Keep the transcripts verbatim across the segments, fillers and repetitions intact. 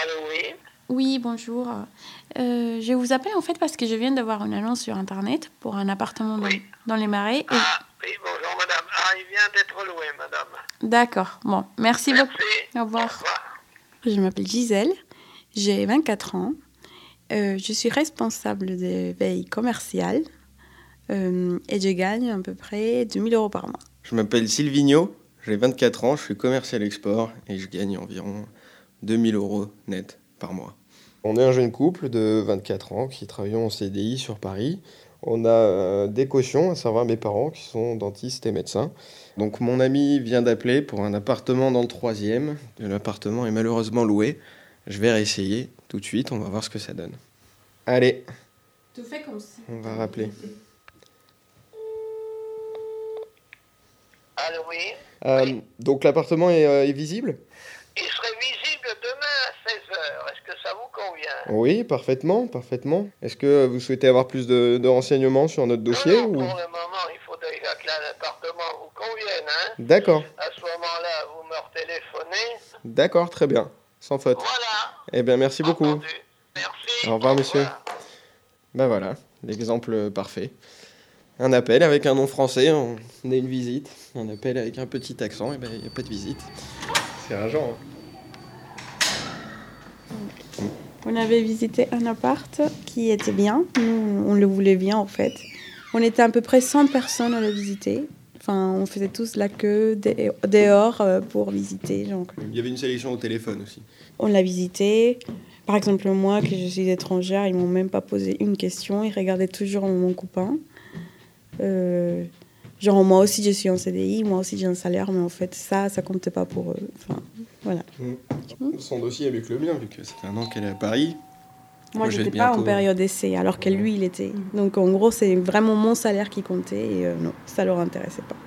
Allô, oui. Oui, bonjour. Euh, je vous appelle en fait parce que je viens d'avoir une annonce sur Internet pour un appartement dans, Oui. dans les Marais. et- Ah, oui, bonjour madame. Ah, il vient d'être loué, madame. D'accord, bon, merci, Merci. beaucoup. Au revoir. Au revoir. Je m'appelle Gisèle, j'ai vingt-quatre ans. Euh, je suis responsable de veille commerciale euh, et je gagne à peu près deux mille euros par mois. Je m'appelle Silvino, j'ai vingt-quatre ans, je suis commercial export et je gagne environ deux mille euros net par mois. On est un jeune couple de vingt-quatre ans qui travaillons en C D I sur Paris. On a euh, des cautions, à savoir mes parents qui sont dentistes et médecins. Donc mon ami vient d'appeler pour un appartement dans le troisième. L'appartement est malheureusement loué. Je vais réessayer tout de suite, on va voir ce que ça donne. Allez, Tu fais comme si. on va rappeler. Allô, oui. Euh, Oui. donc l'appartement est, euh, est visible ? Il serait visible demain à seize heures. Est-ce que ça vous convient? Oui, parfaitement, parfaitement. Est-ce que vous souhaitez avoir plus de, de renseignements sur notre dossier Non, non, ou... pour le moment, il faut déjà que l'appartement vous convienne, hein. D'accord, À ce moment-là, vous me retéléphonez. d'accord, très bien, sans faute. Voilà. Eh bien, merci beaucoup. Entendu. Merci. Au revoir, monsieur. Ben voilà, l'exemple parfait. Un appel avec un nom français, on a une visite. Un appel avec un petit accent, et ben il n'y a pas de visite. C'est rageant, hein. On avait visité un appart qui était bien. Nous, on le voulait bien en fait. On était à peu près cent personnes à le visiter. Enfin, on faisait tous la queue dé- dehors euh, pour visiter. Donc, Il y avait une sélection au téléphone aussi. on l'a visité. Par exemple, moi, que je suis étrangère, ils m'ont même pas posé une question. Ils regardaient toujours mon copain. Euh, genre, moi aussi, je suis en C D I, moi aussi, j'ai un salaire, mais en fait, ça, ça comptait pas pour eux. Enfin, voilà. Mmh. Son dossier est mieux que le mien, vu que ça fait un an qu'elle est à Paris. Moi, Moi, je j'ai n'étais pas en bientôt- période d'essai, alors que lui, il était. Donc, en gros, c'est vraiment mon salaire qui comptait, et euh, non, ça leur intéressait pas.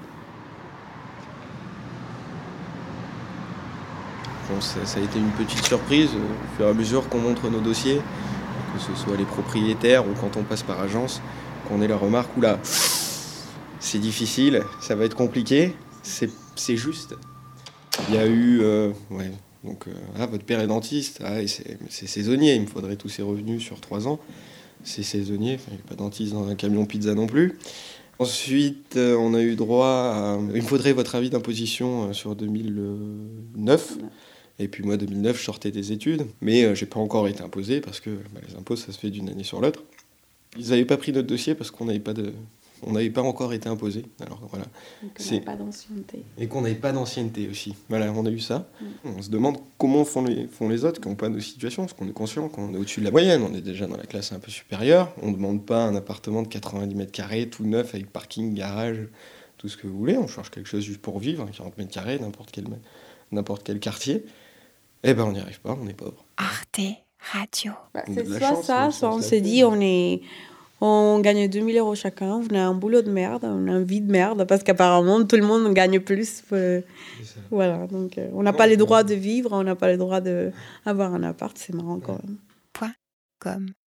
Bon, ça, ça a été une petite surprise euh, au fur et à mesure qu'on montre nos dossiers, que ce soit les propriétaires ou quand on passe par agence, qu'on ait la remarque, oula, c'est difficile, ça va être compliqué, c'est, c'est juste. Il y a eu, euh, ouais, donc, euh, ah, votre père est dentiste, ah, et c'est, c'est saisonnier, il me faudrait tous ses revenus sur trois ans, c'est saisonnier, enfin, il n'est pas dentiste dans un camion pizza non plus. Ensuite, euh, on a eu droit à... Il me faudrait votre avis d'imposition euh, sur deux mille neuf. Et puis moi, deux mille neuf, je sortais des études, mais euh, j'ai pas encore été imposé parce que bah, les impôts, ça se fait d'une année sur l'autre. Ils n'avaient pas pris notre dossier parce qu'on n'avait pas de, on n'avait pas encore été imposé. Alors voilà. Donc, on C'est- n'avait pas d'ancienneté. Et qu'on n'avait pas d'ancienneté aussi. Voilà, on a eu ça. Mm. On se demande comment font les, font les autres qui n'ont pas nos situations, parce qu'on est conscient qu'on est au-dessus de la moyenne. On est déjà dans la classe un peu supérieure. On ne demande pas un appartement de quatre-vingt-dix mètres carrés, tout neuf, avec parking, garage, tout ce que vous voulez. On cherche quelque chose juste pour vivre, quarante mètres carrés, n'importe quel, n'importe quel quartier. Eh ben, on n'y arrive pas, on est pauvre. Arte Radio. Bah, On a c'est de la soit chance, ça, mais soit on c'est s'est assez- dit, on est... On gagne deux mille euros chacun, on a un boulot de merde, on a une vie de merde, parce qu'apparemment, tout le monde gagne plus. euh, Voilà, donc euh, on n'a pas les droits de vivre, on n'a pas les droits d'avoir un appart, c'est marrant quand même. Point com.